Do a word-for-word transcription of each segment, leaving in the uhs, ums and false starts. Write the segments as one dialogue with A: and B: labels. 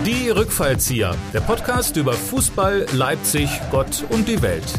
A: Die Rückfallzieher, der Podcast über Fußball, Leipzig, Gott und die Welt.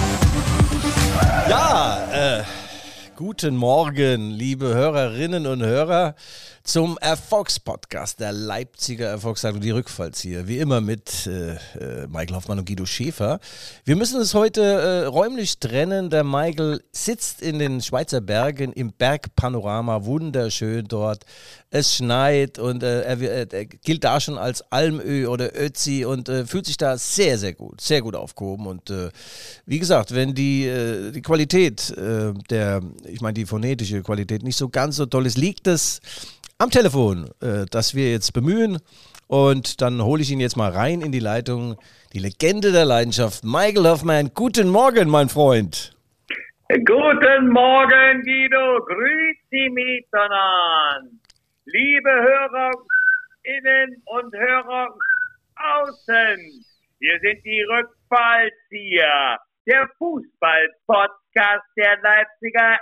B: Ja, äh, guten Morgen, liebe Hörerinnen und Hörer, zum Erfolgspodcast der Leipziger Erfolgszeitung, die Rückfallzieher. Wie immer mit äh, äh, Michael Hoffmann und Guido Schäfer. Wir müssen es heute äh, räumlich trennen. Der Michael sitzt in den Schweizer Bergen im Bergpanorama, wunderschön dort. Es schneit und äh, er, er gilt da schon als Almö oder Ötzi und äh, fühlt sich da sehr, sehr gut, sehr gut aufgehoben. Und äh, wie gesagt, wenn die, äh, die Qualität, äh, der, ich meine die phonetische Qualität nicht so ganz so toll ist, liegt es am Telefon, äh, das wir jetzt bemühen. Und dann hole ich ihn jetzt mal rein in die Leitung. Die Legende der Leidenschaft, Michael Hoffmann. Guten Morgen, mein Freund.
C: Guten Morgen, Guido. Grüezi miteinander. Liebe Hörerinnen und Hörer außen, hier sind die Rückfallzieher, der Fußball-Podcast der Leipziger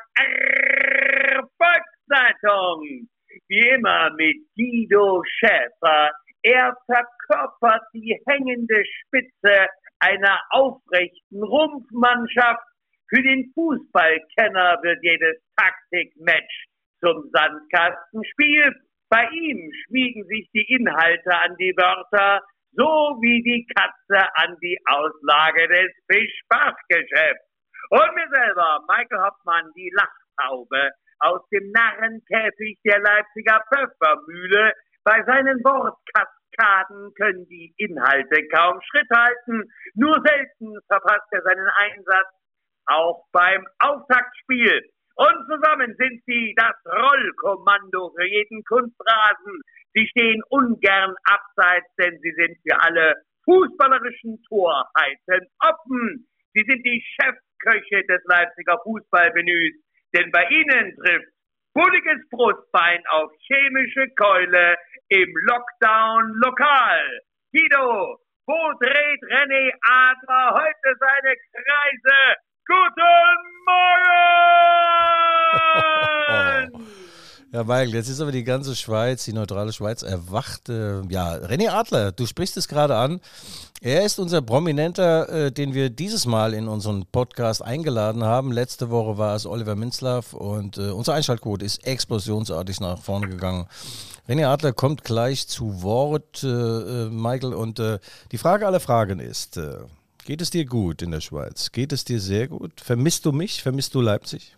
C: Volkszeitung. Wie immer mit Guido Schäfer. Er verkörpert die hängende Spitze einer aufrechten Rumpfmannschaft. Für den Fußballkenner wird jedes Taktikmatch zum Sandkastenspiel. Bei ihm schmiegen sich die Inhalte an die Wörter, so wie die Katze an die Auslage des Fischfachgeschäfts. Und mir selber, Michael Hoffmann, die Lachtaube aus dem Narrenkäfig der Leipziger Pfeffermühle. Bei seinen Wortkaskaden können die Inhalte kaum Schritt halten. Nur selten verpasst er seinen Einsatz, auch beim Auftaktspiel. Und zusammen sind sie das Rollkommando für jeden Kunstrasen. Sie stehen ungern abseits, denn sie sind für alle fußballerischen Torheiten offen. Sie sind die Chefköche des Leipziger Fußballmenüs. Denn bei ihnen trifft bulliges Brustbein auf chemische Keule im Lockdown-Lokal. Guido, wo dreht René Adler heute seine Kreise? Guten Morgen!
B: Ja, Michael, jetzt ist aber die ganze Schweiz, die neutrale Schweiz, erwacht. Äh, ja, René Adler, du sprichst es gerade an. Er ist unser Prominenter, äh, den wir dieses Mal in unseren Podcast eingeladen haben. Letzte Woche war es Oliver Minzlaff und äh, unsere Einschaltquote ist explosionsartig nach vorne gegangen. René Adler kommt gleich zu Wort, äh, Michael. Und äh, die Frage aller Fragen ist, äh, geht es dir gut in der Schweiz? Geht es dir sehr gut? Vermisst du mich? Vermisst du Leipzig?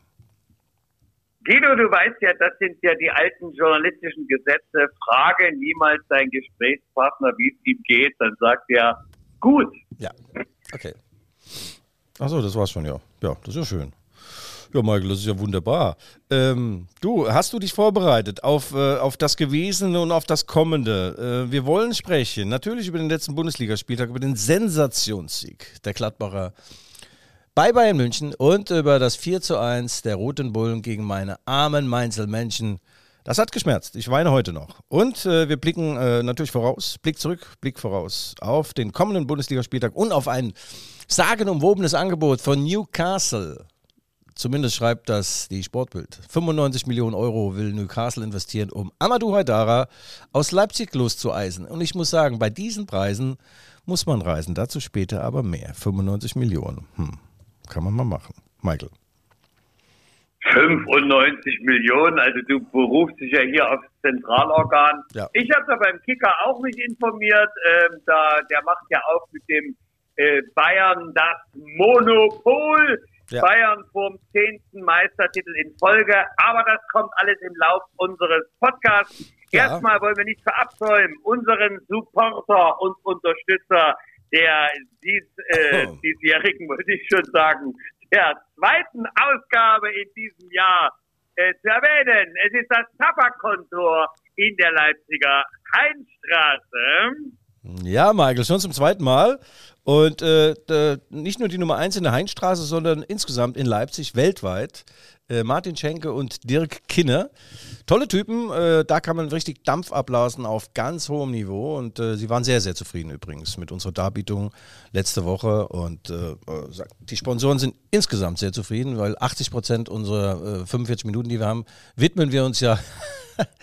C: Guido, du weißt ja, das sind ja die alten journalistischen Gesetze. Frage niemals deinen Gesprächspartner, wie es ihm geht, dann sagt er, gut.
B: Ja, okay. Achso, das war's schon, ja. Ja, das ist ja schön. Ja, Michael, das ist ja wunderbar. Ähm, du, hast du dich vorbereitet auf, äh, auf das Gewesene und auf das Kommende? Äh, wir wollen sprechen, natürlich über den letzten Bundesligaspieltag, über den Sensationssieg der Gladbacher bei Bayern München und über das vier zu eins der Roten Bullen gegen meine armen Mainzelmännchen. Das hat geschmerzt. Ich weine heute noch. Und äh, wir blicken äh, natürlich voraus, Blick zurück, Blick voraus auf den kommenden Bundesligaspieltag und auf ein sagenumwobenes Angebot von Newcastle. Zumindest schreibt das die Sportbild. fünfundneunzig Millionen Euro will Newcastle investieren, um Amadou Haidara aus Leipzig loszueisen. Und ich muss sagen, bei diesen Preisen muss man reisen. Dazu später aber mehr. fünfundneunzig Millionen. Hm. Kann man mal machen. Michael.
C: fünfundneunzig Millionen, also du berufst dich ja hier aufs Zentralorgan. Ja. Ich habe da beim Kicker auch mich informiert. Ähm, da, der macht ja auch mit dem äh, Bayern das Monopol. Ja. Bayern vorm zehnten Meistertitel in Folge. Aber das kommt alles im Lauf unseres Podcasts. Ja. Erstmal wollen wir nicht verabsäumen, unseren Supporter und Unterstützer der dies, äh, oh. diesjährigen, wollte ich schon sagen, der zweiten Ausgabe in diesem Jahr äh, zu erwähnen. Es ist das Tabakkontor in der Leipziger Heinstraße.
B: Ja, Michael, schon zum zweiten Mal. Und äh, nicht nur die Nummer eins in der Heinstraße, sondern insgesamt in Leipzig, weltweit. Äh, Martin Schenke und Dirk Kinner. Tolle Typen, äh, da kann man richtig Dampf ablassen auf ganz hohem Niveau. Und äh, sie waren sehr, sehr zufrieden übrigens mit unserer Darbietung letzte Woche. Und äh, die Sponsoren sind insgesamt sehr zufrieden, weil achtzig Prozent unserer äh, fünfundvierzig Minuten, die wir haben, widmen wir uns ja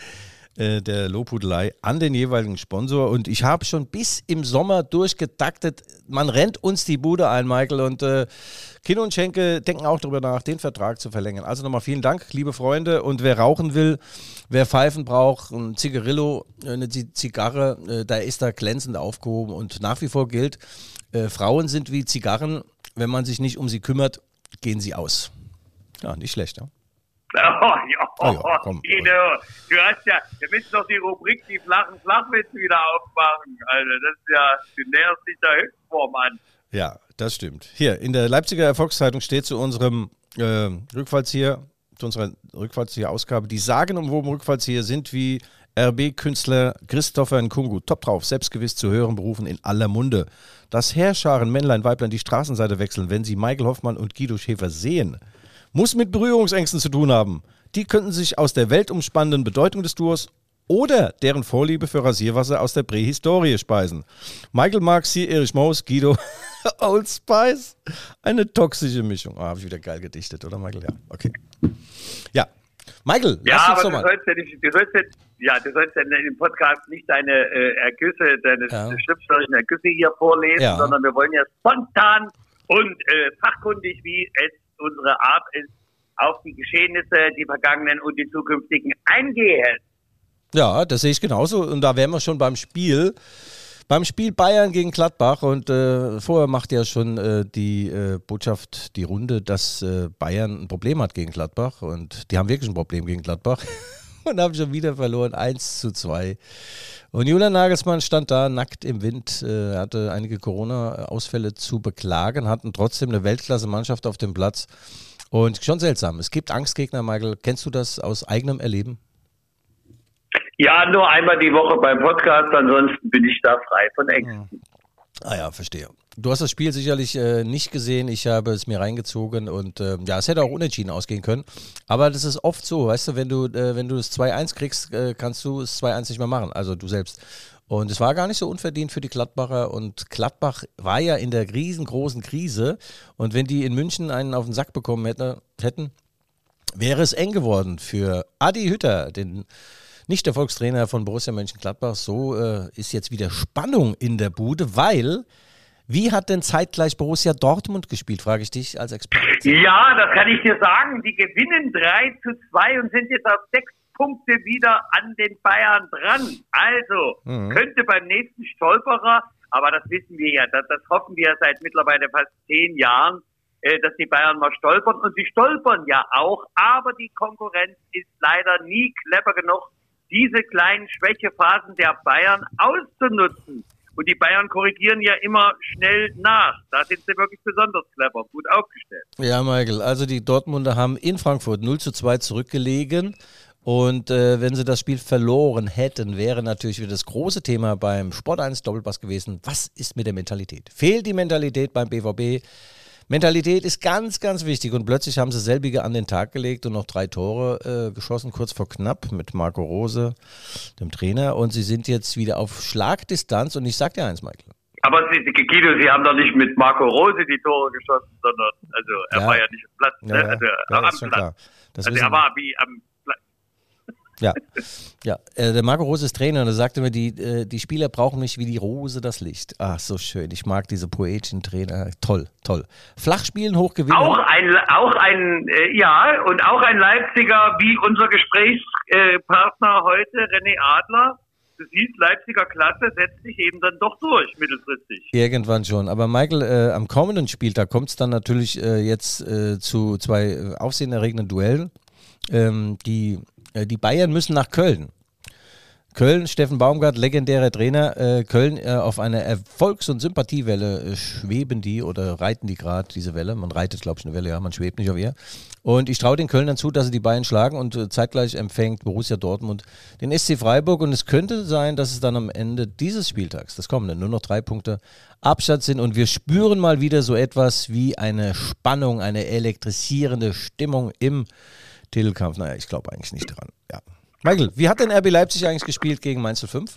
B: äh, der Lobhudelei an den jeweiligen Sponsor. Und ich habe schon bis im Sommer durchgetaktet. Man rennt uns die Bude ein, Michael. Und äh, Kino und Schenke denken auch darüber nach, den Vertrag zu verlängern. Also nochmal vielen Dank, liebe Freunde. Und wer rauchen will, wer Pfeifen braucht, ein Zigarillo, eine Zigarre, äh, da ist da glänzend aufgehoben. Und nach wie vor gilt, äh, Frauen sind wie Zigarren. Wenn man sich nicht um sie kümmert, gehen sie aus. Ja, nicht schlecht, ja?
C: Oh, ja,
B: oh, ja komm.
C: Guido, du hast ja, wir müssen doch die Rubrik die flachen Flachwitze wieder aufmachen. Also das ist ja, du näherst dich der Höchstform an.
B: Ja, das stimmt. Hier, in der Leipziger Erfolgszeitung steht zu unserem äh, Rückfallzieher, zu unserer Rückfallzieher-Ausgabe, die sagenumwobenen Rückfallzieher sind wie R B-Künstler Christopher Nkungu, top drauf, selbstgewiss zu höheren Berufen in aller Munde. Dass Heerscharen, Männlein, Weiblein die Straßenseite wechseln, wenn sie Michael Hoffmann und Guido Schäfer sehen, muss mit Berührungsängsten zu tun haben. Die könnten sich aus der weltumspannenden Bedeutung des Duos oder deren Vorliebe für Rasierwasser aus der Prähistorie speisen. Michael mag Sir Erich Moos, Guido Old Spice. Eine toxische Mischung. Ah, habe ich wieder geil gedichtet, oder Michael? Ja, okay. Ja, Michael,
C: ja,
B: lass uns
C: aber
B: doch
C: du
B: mal.
C: sollst ja, nicht, du sollst ja, ja, du sollst ja im Podcast nicht deine äh, Ergüsse, deine
B: Ja.
C: schriftstellerischen Ergüsse hier vorlesen,
B: Ja.
C: sondern wir wollen ja spontan und äh, fachkundig, wie es unsere Art ist, auf die Geschehnisse, die vergangenen und die zukünftigen eingehen.
B: Ja, das sehe ich genauso. Und da wären wir schon beim Spiel. Beim Spiel Bayern gegen Gladbach. Und äh, vorher macht ja schon äh, die äh, Botschaft die Runde, dass äh, Bayern ein Problem hat gegen Gladbach. Und die haben wirklich ein Problem gegen Gladbach. Und haben schon wieder verloren, eins zu zwei. Und Julian Nagelsmann stand da nackt im Wind. Er äh, hatte einige Corona-Ausfälle zu beklagen, hatten trotzdem eine Weltklasse-Mannschaft auf dem Platz. Und schon seltsam. Es gibt Angstgegner, Michael. Kennst du das aus eigenem Erleben?
C: Ja, nur einmal die Woche beim Podcast, ansonsten bin ich da frei von Ängsten.
B: Ah ja, verstehe. Du hast das Spiel sicherlich äh, nicht gesehen, ich habe es mir reingezogen und äh, ja, es hätte auch unentschieden ausgehen können, aber das ist oft so, weißt du, wenn du äh, wenn du das zwei eins kriegst, äh, kannst du es zwei eins nicht mehr machen, also du selbst. Und es war gar nicht so unverdient für die Gladbacher und Gladbach war ja in der riesengroßen Krise und wenn die in München einen auf den Sack bekommen hätte, hätten, wäre es eng geworden für Adi Hütter, den Nicht-Erfolgstrainer von Borussia Mönchengladbach. So äh, ist jetzt wieder Spannung in der Bude, weil, wie hat denn zeitgleich Borussia Dortmund gespielt, frage ich dich als Experte.
C: Ja, das kann ich dir sagen. Die gewinnen drei zu zwei und sind jetzt auf sechs Punkte wieder an den Bayern dran. Also,
B: Mhm.
C: könnte beim nächsten Stolperer, aber das wissen wir ja, das, das hoffen wir seit mittlerweile fast zehn Jahren, äh, dass die Bayern mal stolpern. Und sie stolpern ja auch, aber die Konkurrenz ist leider nie clever genug, diese kleinen Schwächephasen der Bayern auszunutzen. Und die Bayern korrigieren ja immer schnell nach. Da sind sie wirklich besonders clever, gut aufgestellt.
B: Ja, Michael, also die Dortmunder haben in Frankfurt null zu zwei zurückgelegen. Und äh, wenn sie das Spiel verloren hätten, wäre natürlich wieder das große Thema beim Sport eins Doppelpass gewesen. Was ist mit der Mentalität? Fehlt die Mentalität beim B V B? Mentalität ist ganz, ganz wichtig und plötzlich haben sie selbige an den Tag gelegt und noch drei Tore äh, geschossen, kurz vor knapp mit Marco Rose, dem Trainer, und sie sind jetzt wieder auf Schlagdistanz und ich sag dir eins, Michael.
C: Aber Sie, Guido, Sie haben doch nicht mit Marco Rose die Tore geschossen, sondern also er
B: Ja.
C: war ja nicht am Platz, ne?
B: Ja, ja,
C: also
B: ja,
C: am
B: ist schon
C: Platz.
B: klar. Das
C: Also
B: wissen
C: er
B: wir.
C: war wie am Platz.
B: Ja, ja. Äh, der Marco Rose ist Trainer und er sagte mir, die, äh, die Spieler brauchen mich wie die Rose das Licht. Ach, so schön. Ich mag diese poetischen Trainer. Toll, toll. Flachspielen, hochgewinnen.
C: Auch ein, auch ein, äh, ja, und auch ein Leipziger wie unser Gesprächspartner heute, René Adler. Du siehst, Leipziger Klasse setzt sich eben dann doch durch, mittelfristig.
B: Irgendwann schon. Aber Michael, äh, am kommenden Spieltag kommt es dann natürlich äh, jetzt äh, zu zwei äh, aufsehenerregenden Duellen. Ähm, die, äh, die Bayern müssen nach Köln. Köln, Steffen Baumgart, legendärer Trainer. Äh, Köln äh, auf einer Erfolgs- und Sympathiewelle äh, schweben die oder reiten die gerade diese Welle. Man reitet, glaube ich, eine Welle, ja, man schwebt nicht auf ihr. Und ich traue den Kölnern zu, dass sie die Bayern schlagen und äh, zeitgleich empfängt Borussia Dortmund den S C Freiburg. Und es könnte sein, dass es dann am Ende dieses Spieltags, das kommende, nur noch drei Punkte Abstand sind. Und wir spüren mal wieder so etwas wie eine Spannung, eine elektrisierende Stimmung im Titelkampf. Naja, ich glaube eigentlich nicht dran. Ja. Michael, wie hat denn R B Leipzig eigentlich gespielt gegen Mainz null fünf?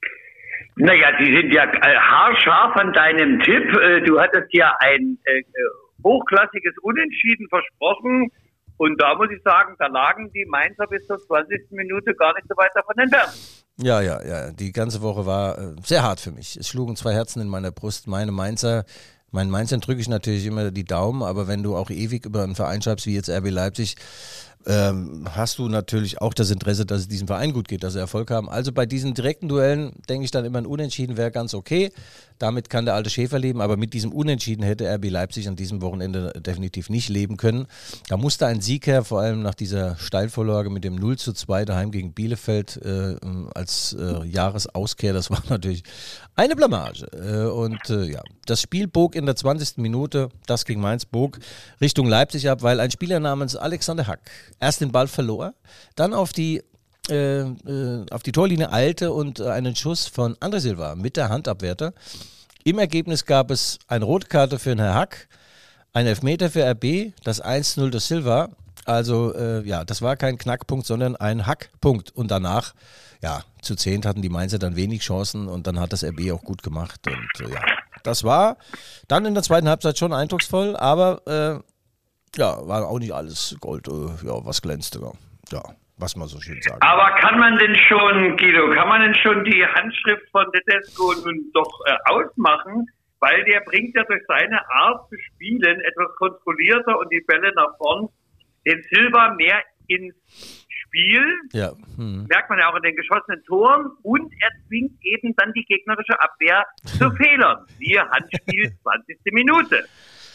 C: Naja, die sind ja äh, haarscharf an deinem Tipp. Äh, du hattest ja ein äh, hochklassiges Unentschieden versprochen Und da muss ich sagen, da lagen die Mainzer bis zur zwanzigsten Minute gar nicht so weit davon entfernt.
B: Ja, ja, ja. Die ganze Woche war äh, sehr hart für mich. Es schlugen zwei Herzen in meiner Brust. Meine Mainzer, meinen Mainzern drücke ich natürlich immer die Daumen, aber wenn du auch ewig über einen Verein schreibst wie jetzt R B Leipzig, ähm, hast du natürlich auch das Interesse, dass es diesem Verein gut geht, dass sie Erfolg haben. Also bei diesen direkten Duellen denke ich dann immer, ein Unentschieden wäre ganz okay. Damit kann der alte Schäfer leben, aber mit diesem Unentschieden hätte R B Leipzig an diesem Wochenende definitiv nicht leben können. Da musste ein Sieg her, vor allem nach dieser Steilvorlage mit dem null zu zwei daheim gegen Bielefeld äh, als äh, Jahresauskehr. Das war natürlich eine Blamage. Äh, und äh, ja, das Spiel bog in der zwanzigsten Minute, das gegen Mainz, bog Richtung Leipzig ab, weil ein Spieler namens Alexander Hack erst den Ball verlor, dann auf die Äh, äh, auf die Torlinie eilte und äh, einen Schuss von André Silva mit der Hand abwehrte. Im Ergebnis gab es eine rote Karte für den Herrn Hack, ein Elfmeter für R B, das eins zu null des Silva. Also äh, ja, das war kein Knackpunkt, sondern ein Hackpunkt. Und danach, ja, zu zehnt hatten die Mainzer dann wenig Chancen und dann hat das R B auch gut gemacht. Und äh, ja, das war dann in der zweiten Halbzeit schon eindrucksvoll, aber äh, ja, war auch nicht alles Gold, äh, ja, was glänzte. Ja. ja. Was man so schön sagt.
C: Aber kann man denn schon, Guido, kann man denn schon die Handschrift von Tedesco nun doch äh, ausmachen? Weil der bringt ja durch seine Art zu spielen etwas kontrollierter und die Bälle nach vorn den Silva mehr ins Spiel.
B: Ja. Hm.
C: Merkt man ja auch in den geschossenen Toren. Und er zwingt eben dann die gegnerische Abwehr zu Fehlern. Siehe Handspiel, zwanzigste Minute.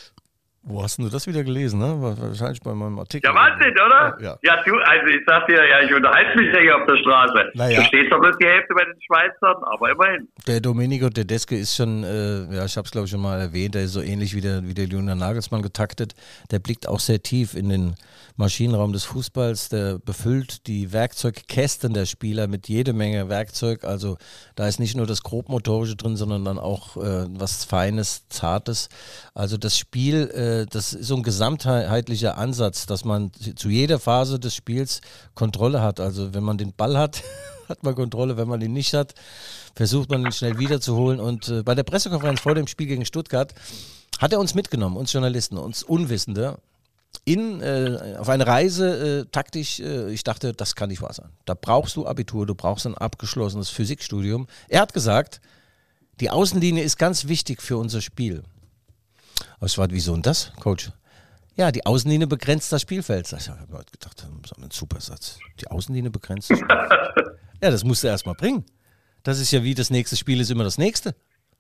B: Wo hast du das wieder gelesen, ne? Wahrscheinlich bei meinem Artikel.
C: Ja, Wahnsinn, oder?
B: Ja,
C: ja. ja du, also ich sag dir, ja, ich unterhalte mich ja hier auf der Straße.
B: Naja.
C: Du stehst doch bloß die Hälfte bei den Schweizern, aber immerhin.
B: Der Domenico Tedesco ist schon, äh, ja, ich habe es glaube ich schon mal erwähnt, der ist so ähnlich wie der, wie der Julian Nagelsmann getaktet. Der blickt auch sehr tief in den Maschinenraum des Fußballs, der befüllt die Werkzeugkästen der Spieler mit jede Menge Werkzeug. Also da ist nicht nur das Grobmotorische drin, sondern dann auch äh, was Feines, Zartes. Also das Spiel, äh, das ist so ein gesamtheitlicher Ansatz, dass man zu jeder Phase des Spiels Kontrolle hat. Also wenn man den Ball hat, hat man Kontrolle. Wenn man ihn nicht hat, versucht man ihn schnell wiederzuholen. Und äh, bei der Pressekonferenz vor dem Spiel gegen Stuttgart hat er uns mitgenommen, uns Journalisten, uns Unwissende, in, äh, auf eine Reise äh, taktisch. Äh, ich dachte, das kann nicht wahr sein. Da brauchst du Abitur, du brauchst ein abgeschlossenes Physikstudium. Er hat gesagt, die Außenlinie ist ganz wichtig für unser Spiel. Aber ich war, wieso denn das, Coach? Ja, die Außenlinie begrenzt das Spielfeld. Ich habe mir gedacht, das ist ein super Satz. Die Außenlinie begrenzt das Spielfeld. Ja, das musst du erst mal bringen. Das ist ja wie das nächste Spiel ist immer das nächste.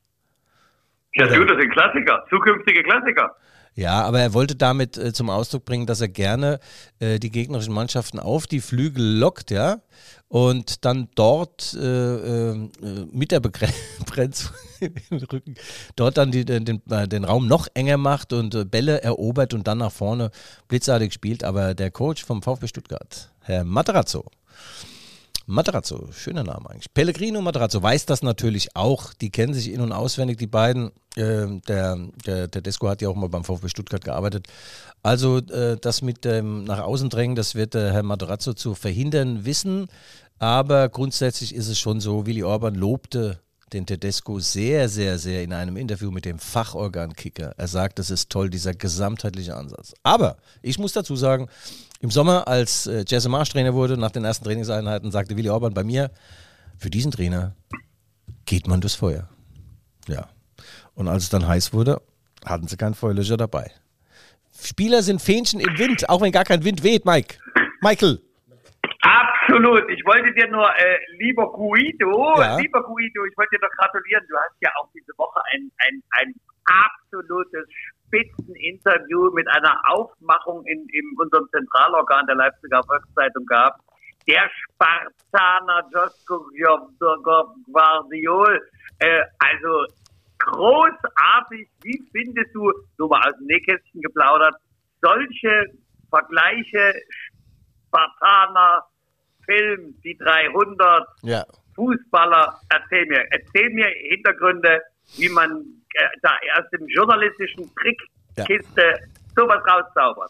C: Ja, du, das sind Klassiker, zukünftige Klassiker.
B: Ja, aber er wollte damit äh, zum Ausdruck bringen, dass er gerne äh, die gegnerischen Mannschaften auf die Flügel lockt, ja, und dann dort äh, äh, mit der Begrenzung im Rücken dort dann die, den, den Raum noch enger macht und äh, Bälle erobert und dann nach vorne blitzartig spielt. Aber der Coach vom VfB Stuttgart, Herr Matarazzo, Matarazzo, schöner Name eigentlich. Pellegrino Matarazzo weiß das natürlich auch. Die kennen sich in- und auswendig, die beiden. Äh, der, der Tedesco hat ja auch mal beim VfB Stuttgart gearbeitet. Also äh, das mit dem nach außen drängen, das wird der Herr Matarazzo zu verhindern wissen. Aber grundsätzlich ist es schon so, Willi Orban lobte den Tedesco sehr, sehr, sehr in einem Interview mit dem Fachorgan Kicker. Er sagt, das ist toll, dieser gesamtheitliche Ansatz. Aber ich muss dazu sagen, im Sommer, als äh, Jesse Marsch Trainer wurde, nach den ersten Trainingseinheiten, sagte Willi Orban bei mir, für diesen Trainer geht man durchs Feuer. Ja. Und als es dann heiß wurde, hatten sie keinen Feuerlöscher dabei. Spieler sind Fähnchen im Wind, auch wenn gar kein Wind weht, Mike. Michael.
C: Absolut. Ich wollte dir nur, äh, lieber Guido,
B: ja.
C: lieber Guido, ich wollte dir doch gratulieren. Du hast ja auch diese Woche ein, ein, ein absolutes Spitzeninterview mit einer Aufmachung in, in unserem Zentralorgan der Leipziger Volkszeitung gehabt. Der Spartaner Josko Gvardiol, äh, also großartig. Wie findest du, nur mal aus dem Nähkästchen geplaudert, solche Vergleiche, Spartaner, Film, die dreihundert,
B: ja.
C: Fußballer, erzähl mir, erzähl mir Hintergründe, wie man äh, da aus dem journalistischen Trickkiste ja. sowas rauszaubert.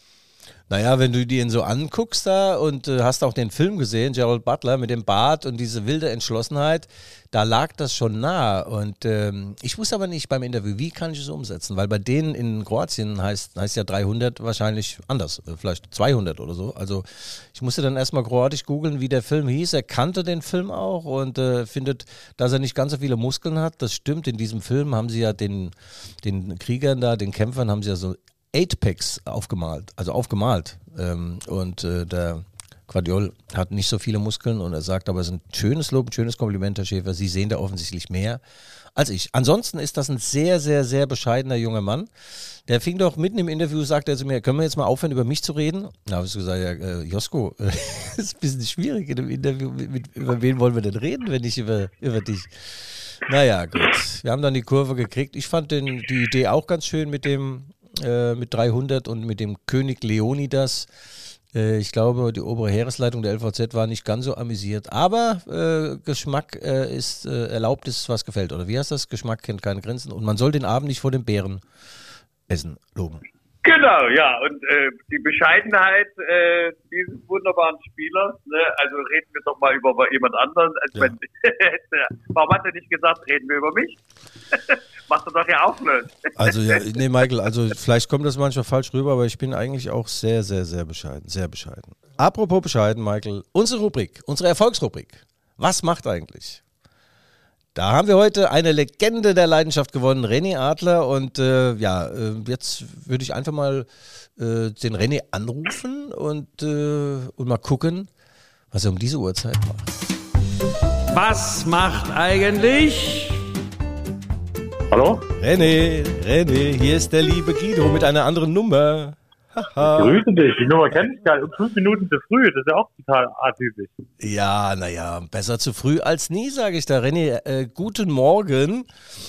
B: Naja, wenn du dir ihn so anguckst da und äh, hast auch den Film gesehen, Gerald Butler mit dem Bart und diese wilde Entschlossenheit, da lag das schon nah. Und ähm, ich wusste aber nicht beim Interview, wie kann ich es umsetzen? Weil bei denen in Kroatien heißt, heißt ja dreihundert wahrscheinlich anders, äh, vielleicht zweihundert oder so. Also ich musste dann erstmal kroatisch googeln, wie der Film hieß. Er kannte den Film auch und äh, findet, dass er nicht ganz so viele Muskeln hat. Das stimmt, in diesem Film haben sie ja den, den Kriegern da, den Kämpfern, haben sie ja so Eight-Packs aufgemalt, also aufgemalt. Ähm, und äh, der Guardiol hat nicht so viele Muskeln und er sagt, aber es ist ein schönes Lob, ein schönes Kompliment, Herr Schäfer. Sie sehen da offensichtlich mehr als ich. Ansonsten ist das ein sehr, sehr, sehr bescheidener junger Mann. Der fing doch mitten im Interview, sagte er zu mir, können wir jetzt mal aufhören, über mich zu reden? Da habe ich gesagt, ja, äh, Josko, äh, das ist ein bisschen schwierig in einem Interview. Mit, mit, über wen wollen wir denn reden, wenn nicht über, über dich? Naja, gut. Wir haben dann die Kurve gekriegt. Ich fand den, die Idee auch ganz schön mit dem äh, mit dreihundert und mit dem König Leonidas. Äh, ich glaube, die obere Heeresleitung der L V Z war nicht ganz so amüsiert. Aber äh, Geschmack äh, ist äh, erlaubt, ist was gefällt. Oder wie heißt das? Geschmack kennt keine Grenzen. Und man soll den Abend nicht vor den Bären essen loben.
C: Genau, ja, und äh, die Bescheidenheit äh, dieses wunderbaren Spielers, ne? Also reden wir doch mal über jemand anderen. Als
B: Ja.
C: wenn, warum hat er nicht gesagt, reden wir über mich? Macht er doch ja auch blöd.
B: Also ja, nee, Michael, also vielleicht kommt das manchmal falsch rüber, aber ich bin eigentlich auch sehr, sehr, sehr bescheiden, sehr bescheiden. Apropos bescheiden, Michael, unsere Rubrik, unsere Erfolgsrubrik, was macht eigentlich? Da haben wir heute eine Legende der Leidenschaft gewonnen, René Adler. Und äh, ja, äh, jetzt würde ich einfach mal äh, den René anrufen und, äh, und mal gucken, was er um diese Uhrzeit macht.
A: Was macht eigentlich?
D: Hallo?
B: René, René, hier ist der liebe Guido mit einer anderen Nummer. Haha.
D: Grüße dich. Die Nummer kenne ich gar nicht. Um fünf Minuten zu früh. Das ist ja auch total atypisch.
B: Ja, naja, besser zu früh als nie, sage ich da. René, äh, guten Morgen.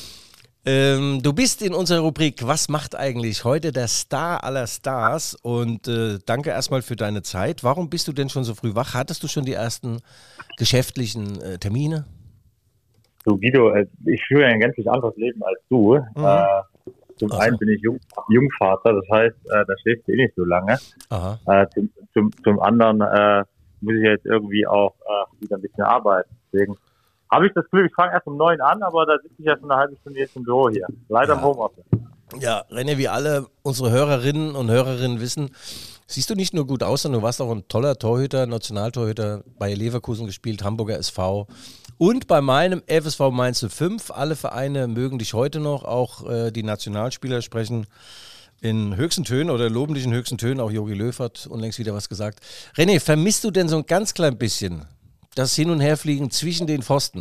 B: Ähm, du bist in unserer Rubrik Was macht eigentlich heute der Star aller Stars? Und äh, danke erstmal für deine Zeit. Warum bist du denn schon so früh wach? Hattest du schon die ersten geschäftlichen äh, Termine?
D: Du Guido, äh, ich führe ein gänzlich anderes Leben als du.
B: Mhm.
D: Äh, zum
B: Ach so.
D: einen bin ich Jung, Jungvater, das heißt, äh, da schläfst du eh nicht so lange.
B: Aha.
D: Äh, zum, zum, zum anderen äh, muss ich jetzt irgendwie auch äh, wieder ein bisschen arbeiten. Deswegen habe ich das Glück, ich fange erst um neun an, aber da sitze ich ja schon eine halbe Stunde jetzt im Büro hier. Leider
B: Ja.
D: im Homeoffice.
B: Ja, René, wie alle unsere Hörerinnen und Hörerinnen wissen, siehst du nicht nur gut aus, sondern du warst auch ein toller Torhüter, Nationaltorhüter, bei Leverkusen gespielt, Hamburger S V und bei meinem F S V Mainz null fünf. Alle Vereine mögen dich heute noch, auch äh, die Nationalspieler sprechen in höchsten Tönen oder loben dich in höchsten Tönen, auch Jogi Löw hat unlängst wieder was gesagt. René, vermisst du denn so ein ganz klein bisschen das Hin- und Herfliegen zwischen den Pfosten?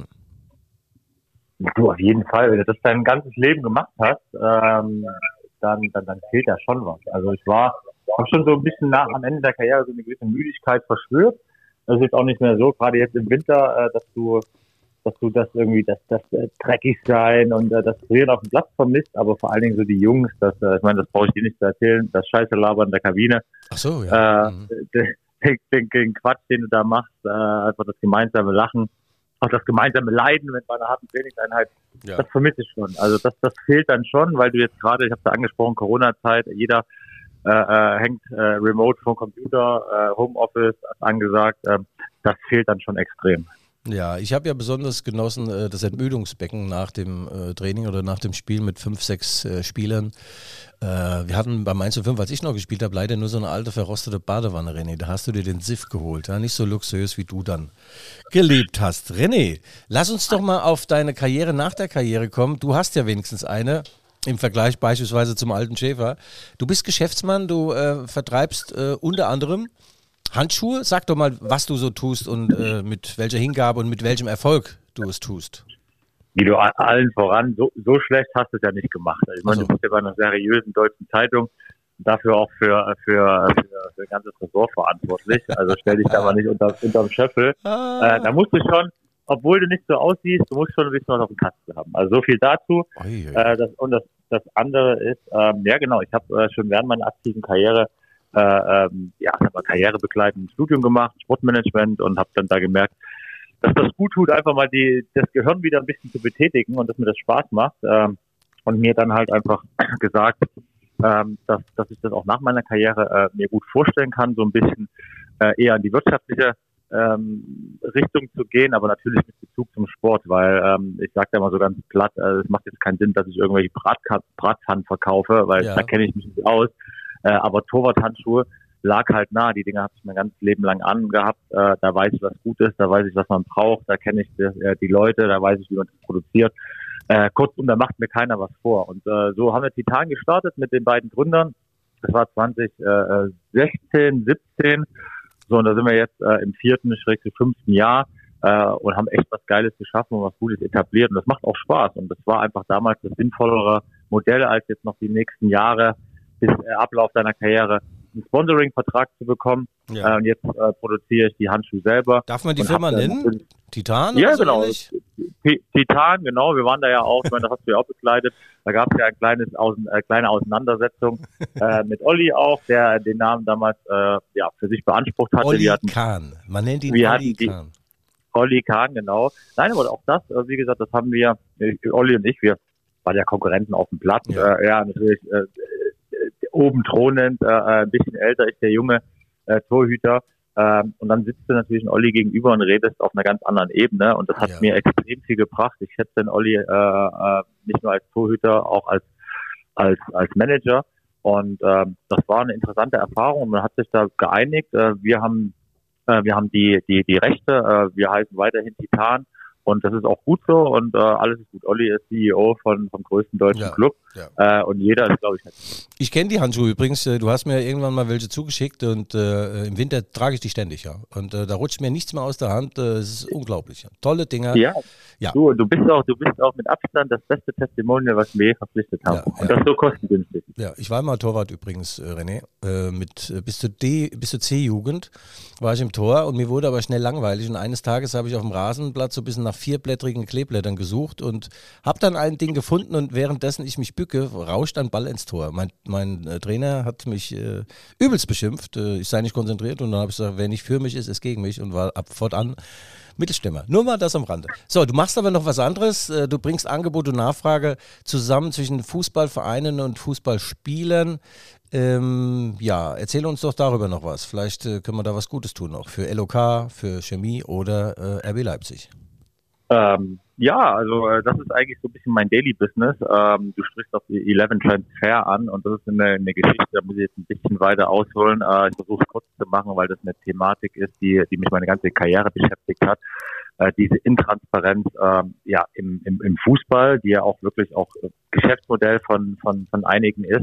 D: Du, auf jeden Fall, wenn du das dein ganzes Leben gemacht hast, ähm, dann, dann, dann fehlt da schon was. Also ich war, habe schon so ein bisschen nach am Ende der Karriere so eine gewisse Müdigkeit verspürt. Das ist jetzt auch nicht mehr so, gerade jetzt im Winter, äh, dass du, dass du das irgendwie, das, das äh, dreckig sein und äh, das Trainieren auf dem Platz vermisst, aber vor allen Dingen so die Jungs, das, äh, ich meine, das brauche ich dir nicht zu erzählen, das Scheiße labern in der Kabine,
B: Ach so, ja.
D: äh,
B: Mhm.
D: den, den, den Quatsch, den du da machst, äh, einfach das gemeinsame Lachen, auch das gemeinsame Leiden mit meiner harten Trainingseinheit,
B: Ja.
D: das vermisse ich schon. Also das, das fehlt dann schon, weil du jetzt gerade, ich habe es ja angesprochen, Corona-Zeit, jeder äh, äh, hängt äh, remote vom Computer, äh, Homeoffice angesagt, äh, das fehlt dann schon extrem.
B: Ja, ich habe ja besonders genossen äh, das Entmüdungsbecken nach dem äh, Training oder nach dem Spiel mit fünf, sechs äh, Spielern. Äh, wir hatten bei Mainz null fünf, als ich noch gespielt habe, leider nur so eine alte verrostete Badewanne, René. Da hast du dir den Siff geholt, ja? Nicht so luxuriös, wie du dann gelebt hast. René, lass uns doch mal auf deine Karriere nach der Karriere kommen. Du hast ja wenigstens eine. Im Vergleich beispielsweise zum alten Schäfer. Du bist Geschäftsmann, du äh, vertreibst äh, unter anderem Handschuhe. Sag doch mal, was du so tust und äh, mit welcher Hingabe und mit welchem Erfolg du es tust.
D: Guido, a- allen voran, so, so schlecht hast du es ja nicht gemacht. Also ich meine,
B: Ach so.
D: du bist ja bei einer seriösen deutschen Zeitung dafür auch für, für, für, für ein ganzes Ressort verantwortlich. Also stell dich da mal nicht unter, unterm Scheffel.
B: Ah.
D: Äh, da musst du schon, obwohl du nicht so aussiehst, du musst schon ein bisschen was auf dem Kasten haben. Also so viel dazu.
B: Ui, ui.
D: Äh, das, und das, das andere ist, ähm, ja genau, ich habe äh, schon während meiner aktiven Karriere äh, ähm, ja, ich habe karrierebegleitendes Studium gemacht, Sportmanagement, und habe dann da gemerkt, dass das gut tut, einfach mal die, das Gehirn wieder ein bisschen zu betätigen und dass mir das Spaß macht. Ähm, und mir dann halt einfach gesagt, ähm, dass, dass ich das auch nach meiner Karriere äh, mir gut vorstellen kann, so ein bisschen äh, eher in die wirtschaftliche ähm, Richtung zu gehen, aber natürlich mit Bezug zum Sport, weil ähm, ich sage da mal so ganz platt, äh, es macht jetzt keinen Sinn, dass ich irgendwelche Bratka- Bratpfannen verkaufe, weil
B: Ja.
D: da kenne ich mich nicht aus. Äh, aber Torwarthandschuhe lag halt nah. Die Dinge habe ich mein ganzes Leben lang angehabt. Äh, da weiß ich, was gut ist, da weiß ich, was man braucht, da kenne ich die, äh, die Leute, da weiß ich, wie man das produziert. Äh, kurzum, da macht mir keiner was vor. Und äh, so haben wir Titan gestartet mit den beiden Gründern. Das war zwanzig sechzehn, siebzehn. So, und da sind wir jetzt äh, im vierten, schrägstrich fünften Jahr äh, und haben echt was Geiles geschaffen und was Gutes etabliert. Und das macht auch Spaß. Und das war einfach damals das sinnvollere Modell, als jetzt noch die nächsten Jahre bis äh, Ablauf deiner Karriere einen Sponsoring-Vertrag zu bekommen.
B: Ja.
D: Äh, und jetzt äh, produziere ich die Handschuhe selber.
B: Darf man die
D: Und
B: Firma
D: hab dann
B: nennen?
D: natürlich-
B: Titan?
D: Ja,
B: oder so
D: genau.
B: ähnlich?
D: T- Titan, genau. Wir waren da ja auch, ich meine, das hast du ja auch begleitet. Da gab es ja ein kleines Außen, äh, kleine Auseinandersetzung äh, mit Olli auch, der den Namen damals äh, ja für sich beansprucht hatte.
B: Olli
D: Wir hatten
B: Kahn. Man nennt ihn
D: wir
B: Olli
D: hatten die-
B: Kahn.
D: Olli Kahn, genau. Nein, aber auch das, äh, wie gesagt, das haben wir, äh, Olli und ich, wir waren ja Konkurrenten auf dem Platz.
B: Ja.
D: Äh, ja, natürlich äh, äh, oben thronend, äh, ein bisschen älter ist der junge äh, Torhüter. Ähm, und dann sitzt du natürlich ein Olli gegenüber und redest auf einer ganz anderen Ebene. Und das hat
B: Ja.
D: mir extrem viel gebracht. Ich schätze den Olli äh, äh, nicht nur als Torhüter, auch als als als Manager. Und ähm, das war eine interessante Erfahrung. Und man hat sich da geeinigt. Äh, wir haben äh, wir haben die die die Rechte. Äh, wir heißen weiterhin Titan. Und das ist auch gut so und äh, alles ist gut. Olli ist C E O von vom größten deutschen
B: Ja,
D: Club
B: ja.
D: äh, und jeder ist, glaube ich, happy.
B: Ich kenne die Handschuhe übrigens. äh, Du hast mir irgendwann mal welche zugeschickt und äh, im Winter trage ich die ständig, ja. Und äh, da rutscht mir nichts mehr aus der Hand. Äh, Es ist unglaublich. Ja. Tolle Dinger.
D: Ja,
B: Ja.
D: Du, du bist auch, du bist auch mit Abstand das beste Testimonial, was wir je verpflichtet haben.
B: Ja,
D: und
B: ja.
D: das so kostengünstig.
B: Ja, ich war mal Torwart übrigens, äh, René. Äh, mit äh, bis zur D, bis zur C-Jugend war ich im Tor und mir wurde aber schnell langweilig. Und eines Tages habe ich auf dem Rasenplatz so ein bisschen nach vierblättrigen Kleeblättern gesucht und habe dann ein Ding gefunden und währenddessen ich mich bücke, rauscht ein Ball ins Tor. Mein, mein äh, Trainer hat mich äh, übelst beschimpft, äh, ich sei nicht konzentriert und dann habe ich gesagt, wer nicht für mich ist, ist gegen mich und war ab fortan Mittelstimmer. Nur mal das am Rande. So, du machst aber noch was anderes. Äh, Du bringst Angebot und Nachfrage zusammen zwischen Fußballvereinen und Fußballspielern. Ähm, ja, erzähl uns doch darüber noch was. Vielleicht äh, können wir da was Gutes tun noch. Für L O K, für Chemie oder äh, R B Leipzig.
D: Ähm, ja, also äh, das ist eigentlich so ein bisschen mein Daily Business. Ähm, du sprichst auf die Eleven Transfer an und das ist eine, eine Geschichte, da muss ich jetzt ein bisschen weiter ausholen. Äh, ich versuche es kurz zu machen, weil das eine Thematik ist, die, die mich meine ganze Karriere beschäftigt hat. Äh, diese Intransparenz ähm, ja im, im, im Fußball, die ja auch wirklich auch Geschäftsmodell von, von, von einigen ist.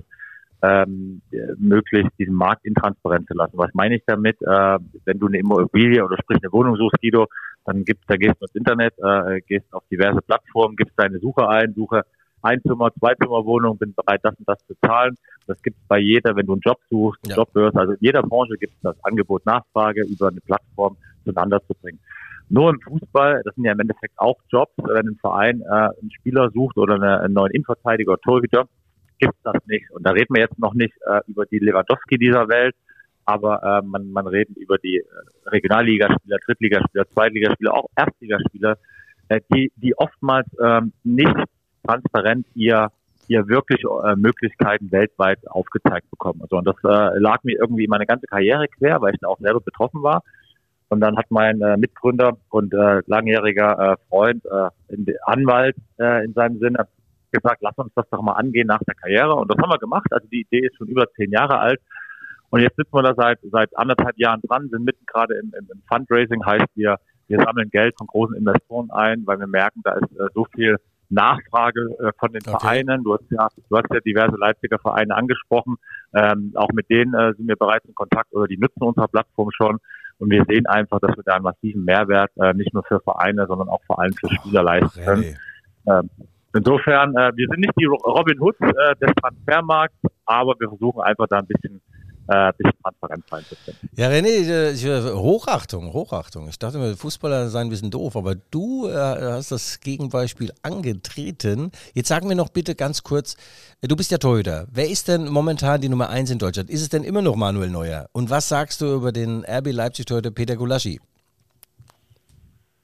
D: Ähm, möglichst diesen Markt intransparent zu lassen. Was meine ich damit? Äh, wenn du eine Immobilie oder sprich eine Wohnung suchst, Guido, dann gibst, da gehst du ins Internet, äh, gehst auf diverse Plattformen, gibst deine Suche ein, suche Einzimmer, Zweizimmerwohnung, bin bereit, das und das zu zahlen. Das gibt's bei jeder, wenn du einen Job suchst, einen
B: Ja.
D: Job hörst. Also in jeder Branche gibt es das Angebot, Nachfrage über eine Plattform zueinander zu bringen. Nur im Fußball, das sind ja im Endeffekt auch Jobs, wenn ein Verein äh, einen Spieler sucht oder eine, einen neuen Innenverteidiger oder Torhüter, gibt's das nicht. Und da reden wir jetzt noch nicht äh, über die Lewandowski dieser Welt, aber äh, man, man redet über die äh, Regionalligaspieler, Drittligaspieler, Zweitligaspieler, auch Erstligaspieler, äh, die, die oftmals ähm, nicht transparent ihr ihr wirklich äh, Möglichkeiten weltweit aufgezeigt bekommen. Also, und das äh, lag mir irgendwie meine ganze Karriere quer, weil ich da auch selber betroffen war. Und dann hat mein äh, Mitgründer und äh, langjähriger äh, Freund, äh, Anwalt äh, in seinem Sinne, gesagt, lass uns das doch mal angehen nach der Karriere. Und das haben wir gemacht. Also die Idee ist schon über zehn Jahre alt. Und jetzt sitzen wir da seit seit anderthalb Jahren dran, sind mitten gerade im, im, im Fundraising, heißt wir wir sammeln Geld von großen Investoren ein, weil wir merken, da ist äh, so viel Nachfrage äh, von den
B: Okay.
D: Vereinen. Du hast ja du hast ja diverse Leipziger Vereine angesprochen. Ähm, auch mit denen äh, sind wir bereits in Kontakt oder die nutzen unsere Plattform schon. Und wir sehen einfach, dass wir da einen massiven Mehrwert äh, nicht nur für Vereine, sondern auch vor allem für Spieler leisten können.
B: René.
D: Ähm, insofern, äh, wir sind nicht die Robin Hoods äh, des Transfermarkts, aber wir versuchen einfach da ein bisschen, äh, bisschen Transparenz reinzubringen.
B: Ja, René, äh, ich, äh, Hochachtung, Hochachtung. Ich dachte mir, Fußballer seien ein bisschen doof, aber du äh, hast das Gegenbeispiel angetreten. Jetzt sag mir noch bitte ganz kurz, äh, du bist ja Torhüter. Wer ist denn momentan die Nummer eins in Deutschland? Ist es denn immer noch Manuel Neuer? Und was sagst du über den R B Leipzig-Torhüter Peter Gulaschi?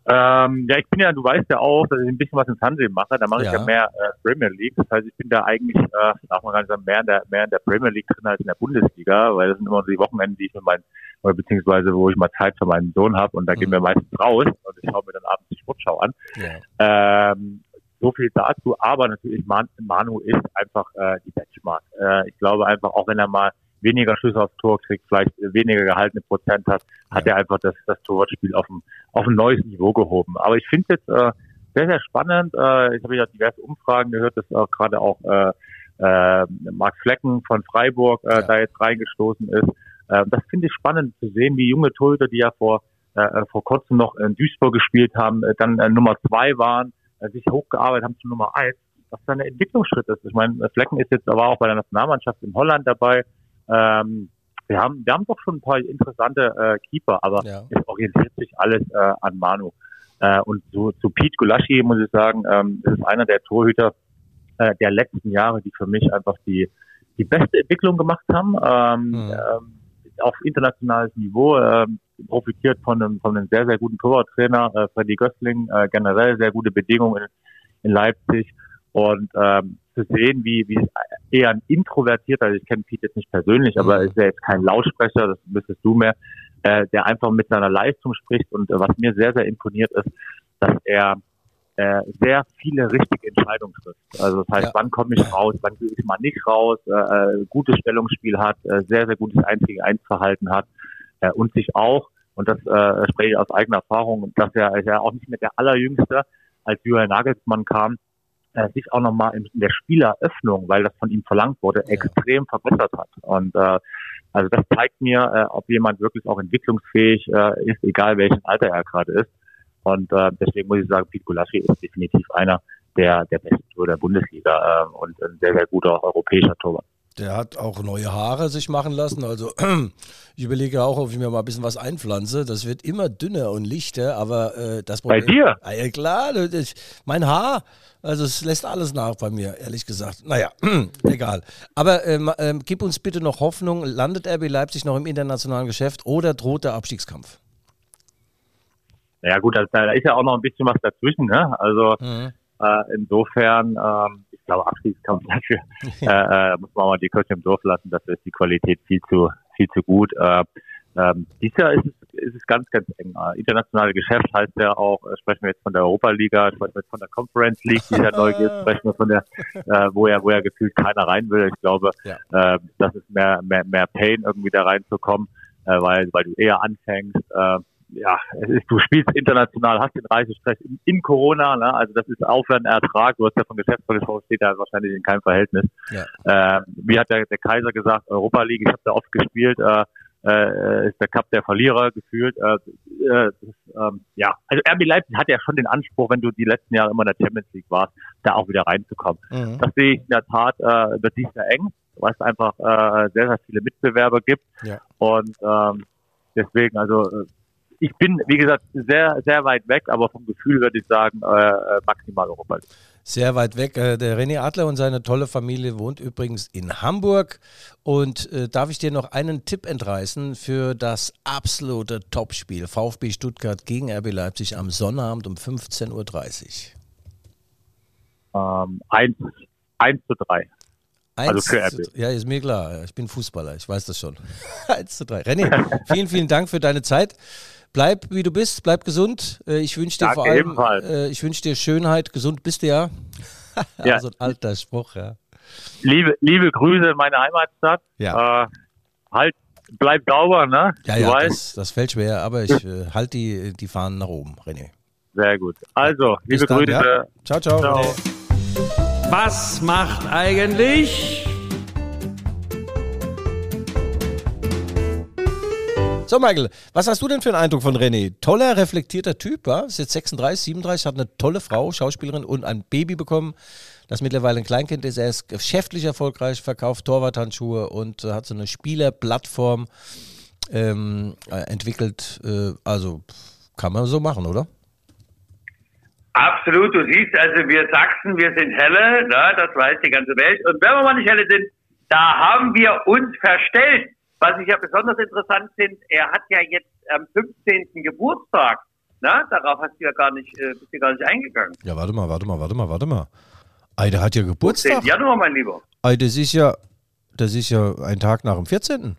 D: Ähm, ja, ich bin ja, du weißt ja auch, dass ich ein bisschen was im Fernsehen mache. Da mache
B: Ja.
D: ich ja mehr äh, Premier League. Das heißt, ich bin da eigentlich, äh, darf man gar nicht sagen, mehr in der, mehr in der Premier League drin als in der Bundesliga, weil das sind immer die Wochenenden, die ich mit meinen, oder beziehungsweise wo ich mal Zeit für meinen Sohn habe und da gehen
B: Mhm.
D: wir meistens raus und ich schaue mir dann abends die Sportschau an.
B: Ja.
D: Ähm, so viel dazu, aber natürlich Man, Manu ist einfach äh, die Benchmark. Äh, ich glaube einfach, auch wenn er mal weniger Schüsse aufs Tor kriegt, vielleicht weniger gehaltene Prozent hat, hat
B: Ja.
D: er einfach das, das Torwartspiel auf ein, auf ein neues Niveau gehoben. Aber ich finde es jetzt äh, sehr, sehr spannend. Äh, ich habe ja diverse Umfragen gehört, dass auch gerade auch äh, äh, Marc Flecken von Freiburg äh,
B: Ja.
D: da jetzt reingestoßen ist. Äh, das finde ich spannend zu sehen, wie junge Torhüter, die ja vor, äh, vor kurzem noch in Duisburg gespielt haben, äh, dann äh, Nummer zwei waren, äh, sich hochgearbeitet haben zu Nummer eins. Was da ein Entwicklungsschritt ist. Ich meine, Flecken ist jetzt aber auch bei der Nationalmannschaft in Holland dabei. Ähm, wir haben, wir haben doch schon ein paar interessante äh, Keeper, aber
B: Ja.
D: es orientiert sich alles äh, an Manu. Äh, und so, zu Pete Gulaschi muss ich sagen, ähm, das ist einer der Torhüter äh, der letzten Jahre, die für mich einfach die die beste Entwicklung gemacht haben. Ähm,
B: Mhm.
D: ähm, auf internationales Niveau, ähm, profitiert von einem, von einem sehr, sehr guten Torwarttrainer, äh, Freddy Gößling, äh, generell sehr gute Bedingungen in, in Leipzig. Und ähm, zu sehen, wie wie es eher ein introvertierter, also ich kenne Pete jetzt nicht persönlich, aber
B: Mhm.
D: ist ja jetzt kein Lautsprecher, das müsstest du mehr, äh, der einfach mit seiner Leistung spricht. Und äh, was mir sehr, sehr imponiert ist, dass er äh, sehr viele richtige Entscheidungen trifft. Also das heißt,
B: Ja.
D: wann komme ich raus, wann gehe ich mal nicht raus, äh, äh, gutes Stellungsspiel hat, äh, sehr, sehr gutes eins gegen eins Verhalten hat äh, und sich auch, und das äh, spreche ich aus eigener Erfahrung, dass er, ist ja auch nicht mehr der Allerjüngste, als Julian Nagelsmann kam, äh, sich auch nochmal in der Spieleröffnung, weil das von ihm verlangt wurde,
B: Ja.
D: extrem verbessert hat. Und äh, also das zeigt mir, äh, ob jemand wirklich auch entwicklungsfähig äh, ist, egal welchen Alter er gerade ist. Und äh, deswegen muss ich sagen, Pete Gulaschi ist definitiv einer der der besten Torhüter der Bundesliga äh, und ein sehr, sehr guter europäischer Torwart.
B: Der hat auch neue Haare sich machen lassen. Also ich überlege auch, ob ich mir mal ein bisschen was einpflanze. Das wird immer dünner und lichter, aber äh, das
D: Bei
B: Problem...
D: dir?
B: Ah, ja klar, das, ich, mein Haar, also es lässt alles nach bei mir, ehrlich gesagt. Naja, egal. Aber ähm, ähm, gib uns bitte noch Hoffnung, landet R B Leipzig noch im internationalen Geschäft oder droht der Abstiegskampf?
D: Naja gut, da, da ist ja auch noch ein bisschen was dazwischen, ne? Also
B: Mhm.
D: äh, insofern, ähm, ich glaube, Abstiegskampf dafür äh, äh, muss man mal die Kirche im Dorf lassen, dafür ist die Qualität viel zu viel zu gut. Äh, ähm, dieses Jahr ist es, ist es ganz, ganz eng. Äh, internationale Geschäft heißt ja auch, äh, sprechen wir jetzt von der Europa-Liga, sprechen wir jetzt von der Conference League, die ja neu ist, sprechen wir von der, äh, wo ja, wo ja gefühlt keiner rein will. Ich glaube,
B: Ja.
D: äh, das ist mehr, mehr, mehr Pain, irgendwie da reinzukommen, äh, weil, weil du eher anfängst, äh, ja, es ist, du spielst international, hast den Reisestress in, in Corona, ne? Also das ist Aufwand, Ertrag, du hast ja von Geschäftsführung, steht da wahrscheinlich in keinem Verhältnis.
B: Ja.
D: Äh, wie hat der, der Kaiser gesagt, Europa League, ich habe da oft gespielt, äh, äh, ist der Cup der Verlierer gefühlt. Äh, äh, das, ähm, ja, also R B Leipzig hat ja schon den Anspruch, wenn du die letzten Jahre immer in der Champions League warst, da auch wieder reinzukommen.
B: Mhm.
D: Das sehe ich in der Tat, äh, wird dies sehr eng, weil es einfach äh, sehr, sehr viele Mitbewerber gibt.
B: Ja.
D: Und ähm, deswegen, also äh, ich bin, wie gesagt, sehr, sehr weit weg, aber vom Gefühl würde ich sagen, äh, maximal Europa League.
B: Sehr weit weg. Äh, Der René Adler und seine tolle Familie wohnt übrigens in Hamburg. Und äh, darf ich dir noch einen Tipp entreißen für das absolute Topspiel VfB Stuttgart gegen R B Leipzig am Sonnabend um fünfzehn Uhr dreißig?
D: Ähm, eins, eins zu drei. Also
B: Eins
D: für R
B: zu-
D: B.
B: Ja, ist mir klar. Ich bin Fußballer, ich weiß das schon. eins zu drei. René, vielen, vielen Dank für deine Zeit. Bleib wie du bist, bleib gesund. Äh, Ich wünsche dir
D: Danke,
B: vor allem,
D: ebenfalls.
B: äh, ich wünsche dir Schönheit. Gesund bist du ja.
D: Ja.
B: So ein alter Spruch, ja.
D: Liebe, liebe Grüße in meine Heimatstadt.
B: Ja.
D: Äh, halt, bleib sauber, ne?
B: Ja,
D: du
B: ja,
D: weißt.
B: das, das fällt schwer, aber ich äh, halte die, die Fahnen nach oben, René.
D: Sehr gut. Also,
B: Bis
D: liebe
B: dann,
D: Grüße.
B: ja. Ciao, ciao.
D: Ciao.
B: René.
A: Was macht eigentlich?
B: So, Michael, was hast du denn für einen Eindruck von René? Toller, reflektierter Typ, ja? Ist jetzt sechsunddreißig, siebenunddreißig, hat eine tolle Frau, Schauspielerin und ein Baby bekommen, das mittlerweile ein Kleinkind ist. Er ist geschäftlich erfolgreich, verkauft Torwarthandschuhe und äh, hat so eine Spielerplattform ähm, äh, entwickelt. Äh, also kann man so machen, oder?
C: Absolut, du siehst, also wir Sachsen, wir sind helle, ne, das weiß die ganze Welt. Und wenn wir mal nicht helle sind, da haben wir uns verstellt. Was ich ja besonders interessant finde, er hat ja jetzt am fünfzehnten Geburtstag. Na, darauf hast du ja gar nicht, äh, bist du gar nicht eingegangen.
B: Ja, warte mal, warte mal, warte mal, warte mal. Ei, der hat ja Geburtstag.
C: zehnten Januar, mein Lieber.
B: Ei, das ist ja, das ist ja ein Tag nach dem vierzehnten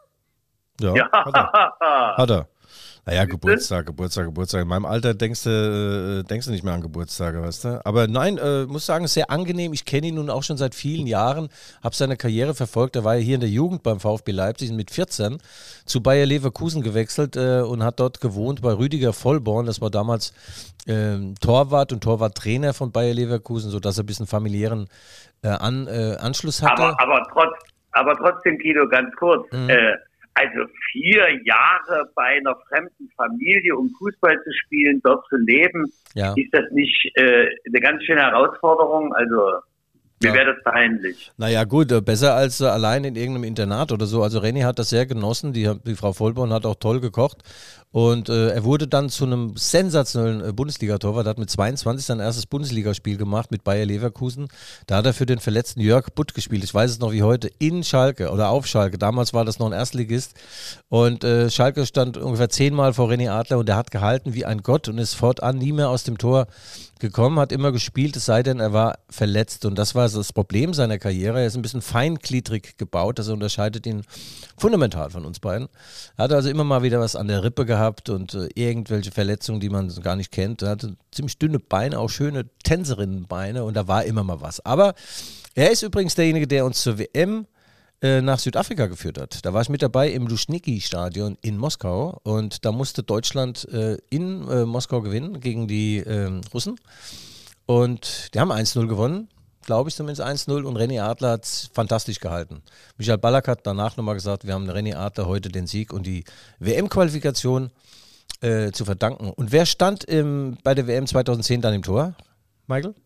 B: Ja,
C: Ja.
B: hat er. Hat er. Naja, Geburtstag, Geburtstag, Geburtstag. In meinem Alter denkst du, äh, denkst du nicht mehr an Geburtstage, weißt du? Aber nein, äh, muss sagen, sehr angenehm. Ich kenne ihn nun auch schon seit vielen Jahren, habe seine Karriere verfolgt. Er war ja hier in der Jugend beim VfB Leipzig mit vierzehn zu Bayer Leverkusen gewechselt äh, und hat dort gewohnt bei Rüdiger Vollborn. Das war damals äh, Torwart und Torwarttrainer von Bayer Leverkusen, sodass er ein bisschen familiären äh, an, äh, Anschluss hatte.
C: Aber, aber, trotz, aber trotzdem, Guido, ganz kurz.
B: Mhm.
C: Äh, Also vier Jahre bei einer fremden Familie, um Fußball zu spielen, dort zu leben,
B: Ja.
C: ist das nicht äh, eine ganz schöne Herausforderung? Also mir
B: Ja.
C: wäre das peinlich.
B: Naja gut, äh, besser als äh, allein in irgendeinem Internat oder so. Also René hat das sehr genossen, die, die Frau Vollborn hat auch toll gekocht und äh, er wurde dann zu einem sensationellen äh, Bundesliga-Torwart, hat mit zweiundzwanzig sein erstes Bundesligaspiel gemacht mit Bayer Leverkusen. Da hat er für den verletzten Jörg Butt gespielt, ich weiß es noch wie heute, in Schalke oder auf Schalke. Damals war das noch ein Erstligist und äh, Schalke stand ungefähr zehnmal vor René Adler und er hat gehalten wie ein Gott und ist fortan nie mehr aus dem Tor gekommen, hat immer gespielt, es sei denn, er war verletzt und das war das Problem seiner Karriere. Er ist ein bisschen feingliedrig gebaut, das unterscheidet ihn fundamental von uns beiden. Er hatte also immer mal wieder was an der Rippe gehabt und äh, irgendwelche Verletzungen, die man gar nicht kennt. Er hatte ziemlich dünne Beine, auch schöne Tänzerinnenbeine und da war immer mal was. Aber er ist übrigens derjenige, der uns zur W M äh, nach Südafrika geführt hat. Da war ich mit dabei im Luschniki-Stadion in Moskau und da musste Deutschland äh, in äh, Moskau gewinnen gegen die äh, Russen und die haben eins null gewonnen, glaube ich zumindest eins null und René Adler hat es fantastisch gehalten. Michael Ballack hat danach nochmal gesagt, wir haben René Adler heute den Sieg und die W M-Qualifikation äh, zu verdanken. Und wer stand im, bei der W M zweitausendzehn dann im Tor, Michael?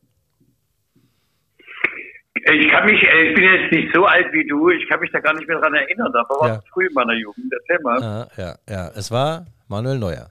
C: Ich kann mich, ich bin jetzt nicht so alt wie du, ich kann mich da gar nicht mehr dran erinnern, aber war
B: Ja.
C: früh in meiner Jugend. Erzähl mal.
B: Ja, ja, ja, es war Manuel Neuer.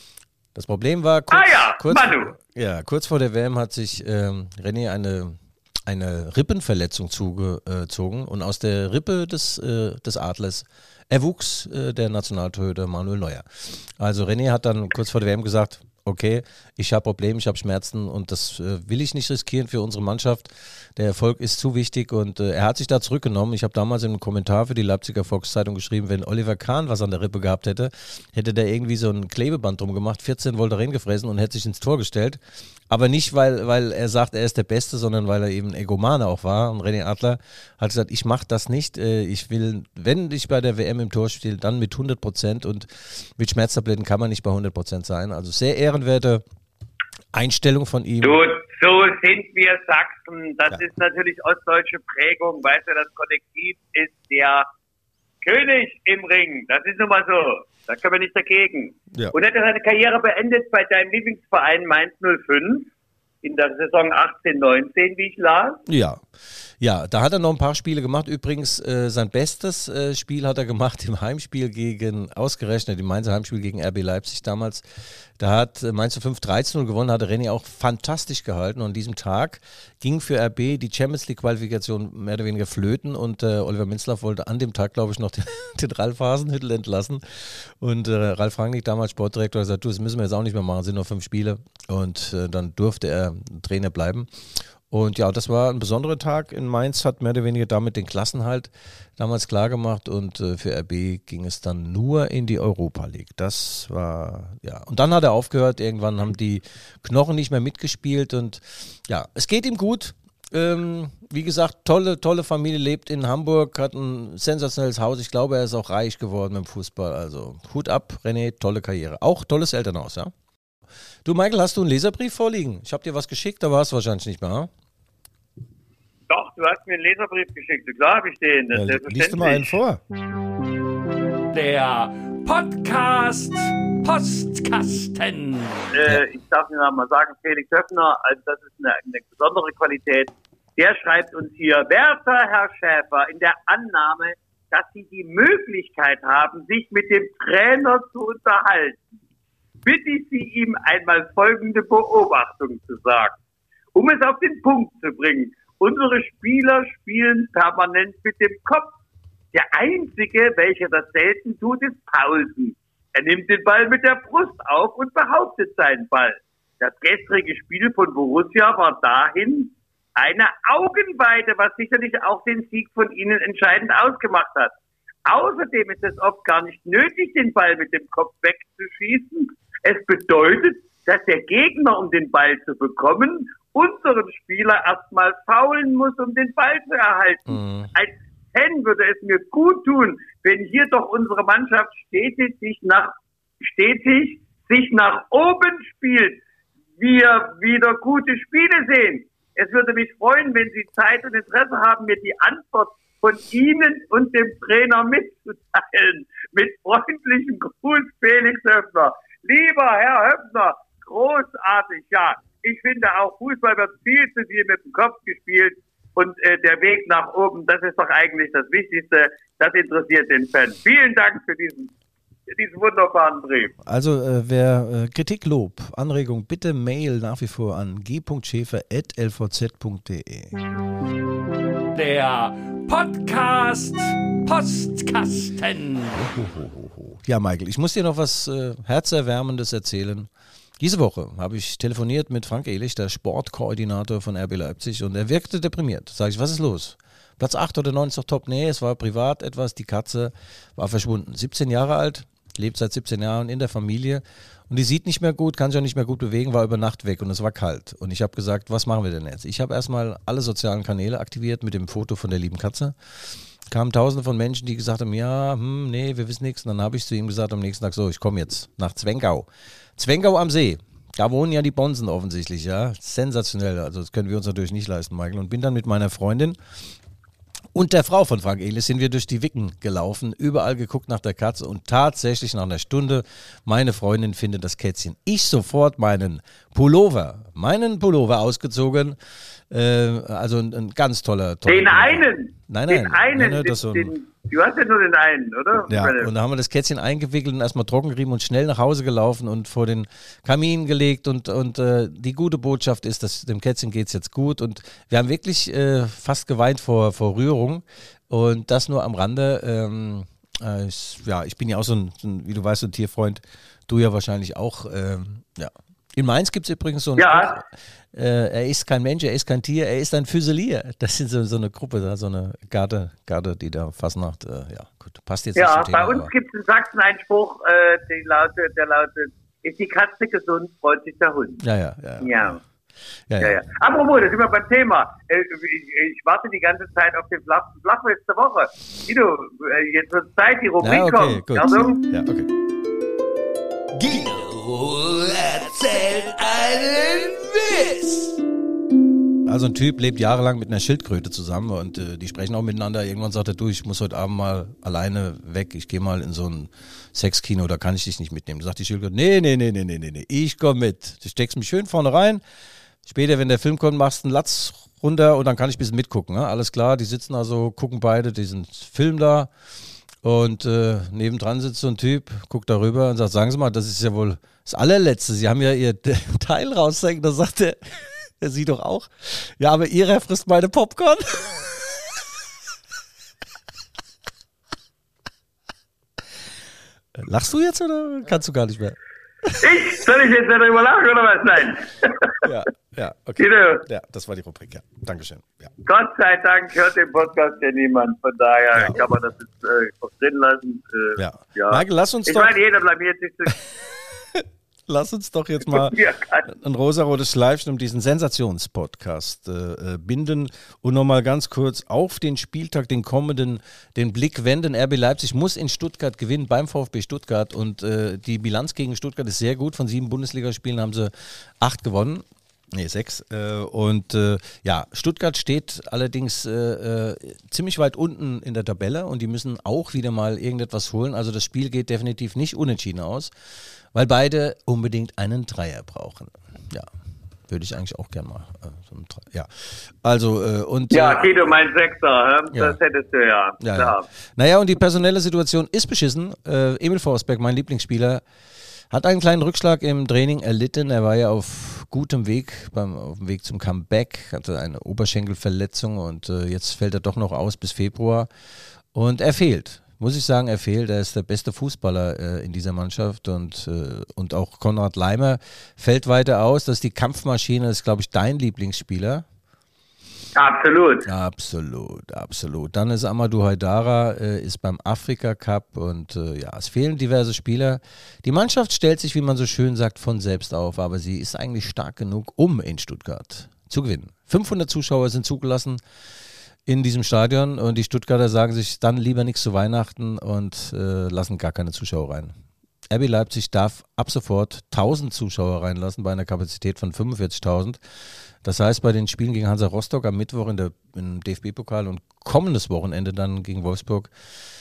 B: Das Problem war, kurz,
C: Ah ja,
B: kurz,
C: Manu.
B: ja, kurz vor der W M hat sich ähm, René eine, eine Rippenverletzung zugezogen und aus der Rippe des, äh, des Adlers erwuchs äh, der Nationaltorhüter Manuel Neuer. Also René hat dann kurz vor der W M gesagt, okay, ich habe Probleme, ich habe Schmerzen und das äh, will ich nicht riskieren für unsere Mannschaft. Der Erfolg ist zu wichtig und äh, er hat sich da zurückgenommen. Ich habe damals in einem Kommentar für die Leipziger Volkszeitung geschrieben, wenn Oliver Kahn was an der Rippe gehabt hätte, hätte der irgendwie so ein Klebeband drum gemacht, vierzehn Volt reingefressen und hätte sich ins Tor gestellt. Aber nicht, weil, weil er sagt, er ist der Beste, sondern weil er eben Egomane auch war. Und René Adler hat gesagt, ich mache das nicht. Äh, ich will, wenn ich bei der W M im Tor stehe, dann mit hundert Prozent und mit Schmerztabletten kann man nicht bei hundert Prozent sein. Also sehr ehrenwerte Einstellung von ihm.
C: Du, so sind wir Sachsen. Das
B: Ja.
C: ist natürlich ostdeutsche Prägung. Weißt du, das Kollektiv ist der König im Ring. Das ist nun mal so. Da können wir nicht dagegen.
B: Ja.
C: Und er hat seine Karriere beendet bei deinem Lieblingsverein Mainz null fünf in der Saison achtzehn neunzehn, wie ich las.
B: Ja, ja, da hat er noch ein paar Spiele gemacht. Übrigens, äh, sein bestes äh, Spiel hat er gemacht im Heimspiel gegen, ausgerechnet, im Mainzer Heimspiel gegen R B Leipzig damals. Da hat äh, Mainz fünf drei zu null gewonnen, hatte René auch fantastisch gehalten. Und an diesem Tag ging für R B die Champions League-Qualifikation mehr oder weniger flöten. Und äh, Oliver Minzlaff wollte an dem Tag, glaube ich, noch den, den Ralf Hasenhüttl entlassen. Und äh, Ralf Rangnick, damals Sportdirektor, hat gesagt, du, das müssen wir jetzt auch nicht mehr machen, es sind nur fünf Spiele. Und äh, dann durfte er Trainer bleiben. Und ja, das war ein besonderer Tag in Mainz, hat mehr oder weniger damit den Klassenhalt damals klar gemacht und äh, für R B ging es dann nur in die Europa League. Das war, ja, und dann hat er aufgehört, irgendwann haben die Knochen nicht mehr mitgespielt und ja, es geht ihm gut. Ähm, wie gesagt, tolle, tolle Familie, lebt in Hamburg, hat ein sensationelles Haus. Ich glaube, er ist auch reich geworden mit dem Fußball. Also Hut ab, René, tolle Karriere. Auch tolles Elternhaus, ja? Du, Michael, hast du einen Leserbrief vorliegen? Ich habe dir was geschickt, da war es wahrscheinlich nicht mehr, hm?
C: Doch, du hast mir einen Leserbrief geschickt. Klar habe ich den. Das ist
B: Ja,
C: selbstverständlich.
B: liest du mal einen vor.
A: Der Podcast Postkasten.
C: Äh, ich darf Ihnen mal sagen, Felix Höffner, also das ist eine, eine besondere Qualität. Der schreibt uns hier, werter Herr Schäfer, in der Annahme, dass Sie die Möglichkeit haben, sich mit dem Trainer zu unterhalten, bitte ich Sie, ihm einmal folgende Beobachtung zu sagen. Um es auf den Punkt zu bringen, unsere Spieler spielen permanent mit dem Kopf. Der Einzige, welcher das selten tut, ist Paulsen. Er nimmt den Ball mit der Brust auf und behauptet seinen Ball. Das gestrige Spiel von Borussia war dahin eine Augenweide, was sicherlich auch den Sieg von ihnen entscheidend ausgemacht hat. Außerdem ist es oft gar nicht nötig, den Ball mit dem Kopf wegzuschießen. Es bedeutet, dass der Gegner, um den Ball zu bekommen, unseren Spieler erstmal faulen muss, um den Ball zu erhalten. Mhm. Als Fan würde es mir gut tun, wenn hier doch unsere Mannschaft stetig sich nach, stetig sich nach oben spielt, wir wieder gute Spiele sehen. Es würde mich freuen, wenn Sie Zeit und Interesse haben, mir die Antwort von Ihnen und dem Trainer mitzuteilen. Mit freundlichem Gruß, Felix Höpfner. Lieber Herr Höpfner, großartig, ja. Ich finde auch, Fußball wird viel zu viel mit dem Kopf gespielt und äh, der Weg nach oben, das ist doch eigentlich das Wichtigste. Das interessiert den Fan. Vielen Dank für diesen, für diesen wunderbaren Brief.
B: Also äh, wer äh, Kritik, Lob, Anregung, bitte Mail nach wie vor an g punkt schäfer at l v z punkt d e.
A: Der Podcast Postkasten.
B: Ja, Michael, ich muss dir noch was äh, Herzerwärmendes erzählen. Diese Woche habe ich telefoniert mit Frank Ehlich, der Sportkoordinator von R B Leipzig, und er wirkte deprimiert. Sag ich, was ist los? Platz acht oder neun ist doch top. Nee, es war privat etwas, die Katze war verschwunden. siebzehn Jahre alt, lebt seit siebzehn Jahren in der Familie und die sieht nicht mehr gut, kann sich auch nicht mehr gut bewegen, war über Nacht weg und es war kalt. Und ich habe gesagt, was machen wir denn jetzt? Ich habe erstmal alle sozialen Kanäle aktiviert mit dem Foto von der lieben Katze. Kamen tausende von Menschen, die gesagt haben, ja, hm, nee, wir wissen nichts. Und dann habe ich zu ihm gesagt am nächsten Tag, so, ich komme jetzt nach Zwengau. Zwengau am See. Da wohnen ja die Bonsen offensichtlich, ja. Sensationell, also das können wir uns natürlich nicht leisten, Michael. Und bin dann mit meiner Freundin und der Frau von Frank Ehlich sind wir durch die Wicken gelaufen, überall geguckt nach der Katze und tatsächlich nach einer Stunde, meine Freundin findet das Kätzchen. Ich sofort meinen Pullover, meinen Pullover ausgezogen, äh, also ein, ein ganz toller, toller
C: Den
B: Pullover.
C: einen?
B: Nein, nein.
C: Den einen,
B: nein, nein,
C: den,
B: das so ein,
C: den, du hast ja nur den einen, oder?
B: ja, und da haben wir das Kätzchen eingewickelt und erstmal trockengerieben und schnell nach Hause gelaufen und vor den Kamin gelegt und, und äh, die gute Botschaft ist, dass dem Kätzchen geht es jetzt gut und wir haben wirklich äh, fast geweint vor, vor Rührung und das nur am Rande. Ähm, äh, ich, ja, ich bin ja auch so ein, so ein, wie du weißt, so ein Tierfreund, du ja wahrscheinlich auch, ähm, ja. In Mainz gibt es übrigens so ein
C: ja.
B: Äh, er ist kein Mensch, er ist kein Tier, er ist ein Füsilier. Das ist so, so eine Gruppe, da, so eine Garde, Garde, die da Fastnacht, äh, ja, gut, passt jetzt
C: ja,
B: nicht zum Thema.
C: Ja, bei uns gibt es in Sachsen einen Spruch, äh, der, lautet, der lautet, ist die Katze gesund, freut sich der Hund.
B: Ja, ja, ja.
C: Ja.
B: ja. Ja,
C: ja, ja. Apropos, da sind wir beim Thema. Äh, ich, ich warte die ganze Zeit auf den Flach, Flachwitz der Woche. Guido, äh, jetzt wird Zeit, die Rubrik
B: ja, okay,
C: kommt.
B: Gut.
C: Also,
B: ja, okay.
A: Guido erzählt einen Witz.
B: Also ein Typ lebt jahrelang mit einer Schildkröte zusammen und äh, die sprechen auch miteinander. Irgendwann sagt er, du, ich muss heute Abend mal alleine weg, ich gehe mal in so ein Sexkino, da kann ich dich nicht mitnehmen. Da sagt die Schildkröte, nee, nee, nee, nee, nee, nee, ich komme mit. Du steckst mich schön vorne rein, später, wenn der Film kommt, machst du einen Latz runter und dann kann ich ein bisschen mitgucken. Ne? Alles klar, die sitzen also, gucken beide diesen Film da und äh, nebendran sitzt so ein Typ, guckt darüber und sagt, sagen Sie mal, das ist ja wohl das allerletzte, Sie haben ja Ihr Teil raushängen. Da sagt er, der Sie doch auch. Ja, aber Ihrer frisst meine Popcorn. Lachst du jetzt oder kannst du gar nicht mehr?
C: ich? Soll ich jetzt darüber lachen oder was? Nein.
B: ja, ja, okay.
C: Guido.
B: Ja, das war die Rubrik, ja. Dankeschön. Ja.
C: Gott sei Dank hört den Podcast ja niemand. Von daher
B: ja.
C: kann man das jetzt äh, drin lassen. Äh,
B: ja.
C: ja.
B: Michael, lass uns
C: ich
B: doch...
C: Ich meine, jeder blamiert sich zu...
B: Lass uns doch jetzt mal ein rosarotes Schleifchen um diesen Sensationspodcast äh, binden und nochmal ganz kurz auf den Spieltag, den kommenden, den Blick wenden. R B Leipzig muss in Stuttgart gewinnen beim VfB Stuttgart und äh, die Bilanz gegen Stuttgart ist sehr gut. Von sieben Bundesligaspielen haben sie acht gewonnen. Nee, sechs. Äh, und äh, ja, Stuttgart steht allerdings äh, äh, ziemlich weit unten in der Tabelle und die müssen auch wieder mal irgendetwas holen. Also das Spiel geht definitiv nicht unentschieden aus, weil beide unbedingt einen Dreier brauchen. Ja, würde ich eigentlich auch gerne mal. Äh, so einen Dreier. Ja, also äh, und...
C: Ja,
B: äh,
C: Guido, mein Sechser, äh?
B: ja.
C: das hättest du ja.
B: ja,
C: Klar.
B: ja. Naja, und die personelle Situation ist beschissen. Äh, Emil Forsberg, mein Lieblingsspieler, hat einen kleinen Rückschlag im Training erlitten. Er war ja auf gutem Weg, beim, auf dem Weg zum Comeback, hatte eine Oberschenkelverletzung und äh, jetzt fällt er doch noch aus bis Februar. Und er fehlt muss ich sagen, er fehlt. Er ist der beste Fußballer äh, in dieser Mannschaft und, äh, und auch Konrad Laimer fällt weiter aus. Das ist die Kampfmaschine, das ist, glaube ich, dein Lieblingsspieler.
C: Absolut.
B: Absolut, absolut. Dann ist Amadou Haidara, äh, ist beim Afrika Cup und äh, ja, es fehlen diverse Spieler. Die Mannschaft stellt sich, wie man so schön sagt, von selbst auf, aber sie ist eigentlich stark genug, um in Stuttgart zu gewinnen. fünfhundert Zuschauer sind zugelassen in diesem Stadion und die Stuttgarter sagen sich dann lieber nichts zu Weihnachten und äh, lassen gar keine Zuschauer rein. R B Leipzig darf ab sofort tausend Zuschauer reinlassen bei einer Kapazität von fünfundvierzigtausend. Das heißt, bei den Spielen gegen Hansa Rostock am Mittwoch in der, im D F B-Pokal und kommendes Wochenende dann gegen Wolfsburg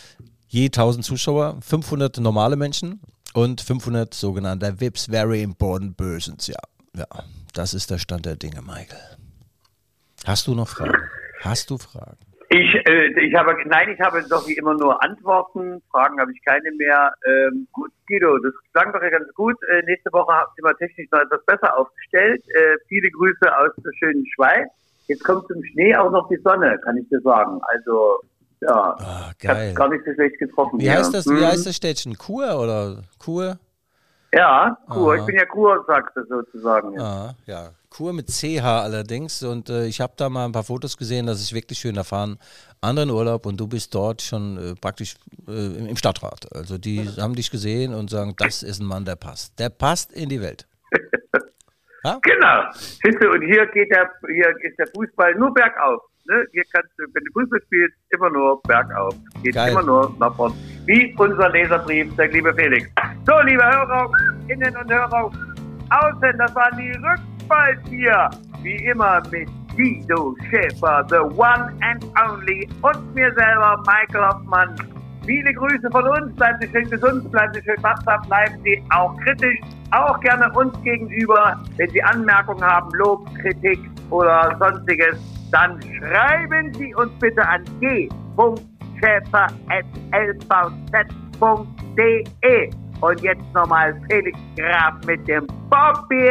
B: je tausend Zuschauer, fünfhundert normale Menschen und fünfhundert sogenannte V I Ps, Very Important Persons. Ja, ja, das ist der Stand der Dinge, Michael. Hast du noch Fragen? Hast du Fragen?
C: Ich, äh, ich habe, nein, ich habe doch wie immer nur Antworten. Fragen habe ich keine mehr. Ähm, gut, Guido, das klang doch ja ganz gut. Äh, nächste Woche sind wir technisch noch etwas besser aufgestellt. Äh, viele Grüße aus der schönen Schweiz. Jetzt kommt zum Schnee auch noch die Sonne, kann ich dir sagen. Also, ja,
B: oh, geil.
C: Gar nicht so schlecht getroffen.
B: Wie
C: hier.
B: heißt das,
C: hm.
B: wie heißt das Städtchen? Chur oder Chur?
C: Ja, Chur.
B: Aha.
C: Ich bin ja Chur-Sachse sozusagen. Ja.
B: Ah, ja. Chur mit C H allerdings und äh, ich habe da mal ein paar Fotos gesehen, das ist wirklich schön. Da fahren andere in Urlaub und du bist dort schon äh, praktisch äh, im Stadtrat. Also die haben dich gesehen und sagen, das ist ein Mann, der passt. Der passt in die Welt. Ja?
C: Genau. Siehst du, und hier geht der, hier ist der Fußball nur bergauf. Ne? Hier kannst du, wenn du Fußball spielst, immer nur bergauf. Geht
B: Geil.
C: immer nur nach vorne. Wie unser Leserbrief, der liebe Felix. So, liebe Hörer, Innen und Hörer, außen, das waren die Rückfalltier. Wie immer mit Guido Schäfer, the one and only, und mir selber, Michael Hoffmann. Viele Grüße von uns, bleiben Sie schön gesund, bleiben Sie schön wachsam, bleiben Sie auch kritisch, auch gerne uns gegenüber. Wenn Sie Anmerkungen haben, Lob, Kritik oder sonstiges, dann schreiben Sie uns bitte an g punkt schäfer at l v z punkt d e. Und jetzt nochmal Felix Graf mit dem Bobby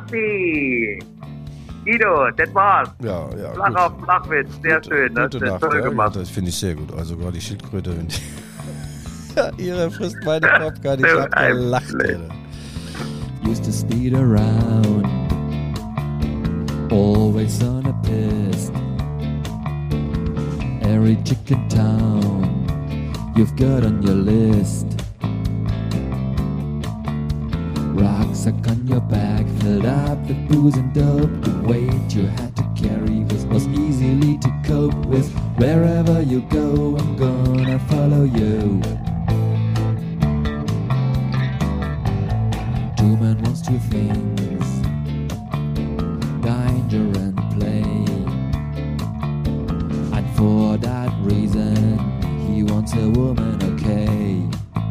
C: Rossi. Guido, das war's.
B: Ja, ja.
C: Flach auf Flachwitz, sehr
B: Gute,
C: schön. Das
B: gute
C: ist
B: Nacht,
C: toll
B: ja,
C: gemacht.
B: das finde ich sehr gut. Also gerade die Schildkröte, wenn die ja, ihre frisst meine Popcorn. Ich
C: So
B: hab
C: ein
B: gelacht.
C: Blöd.
B: Alter.
E: Used to speed around, always on a piss. Every chicken town you've got on your list. Rucksack on your back, filled up with booze and dope. The weight you had to carry was, was easily to cope with. Wherever you go, I'm gonna follow you. Two men wants two things: danger and play. And for that reason, he wants a woman, okay.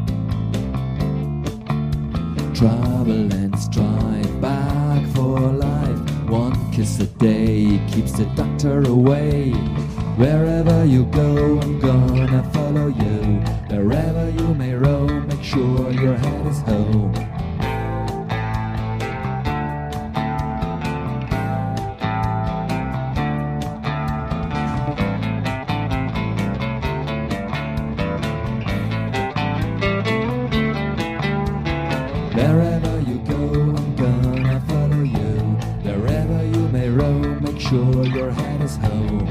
E: Trouble and strife, back for life. One kiss a day keeps the doctor away. Wherever you go, I'm gonna follow you. Wherever you may roam, make sure your head is home. Wherever you go, I'm gonna follow you. Wherever you may roam, make sure your head is home.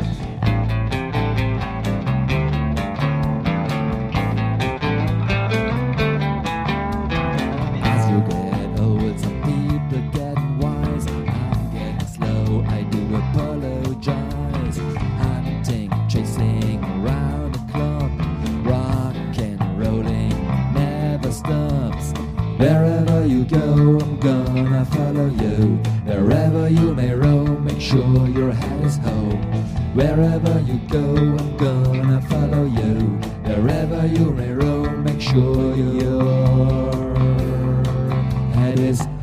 E: As you get old, some people get wise. I'm getting slow, I do apologize. Hunting, chasing around the clock. Rock and rolling never stops. Wherever you go, I'm gonna follow you. Wherever you may roam, make sure your head is home. Wherever you go, I'm gonna follow you. Wherever you may roam, make sure your head is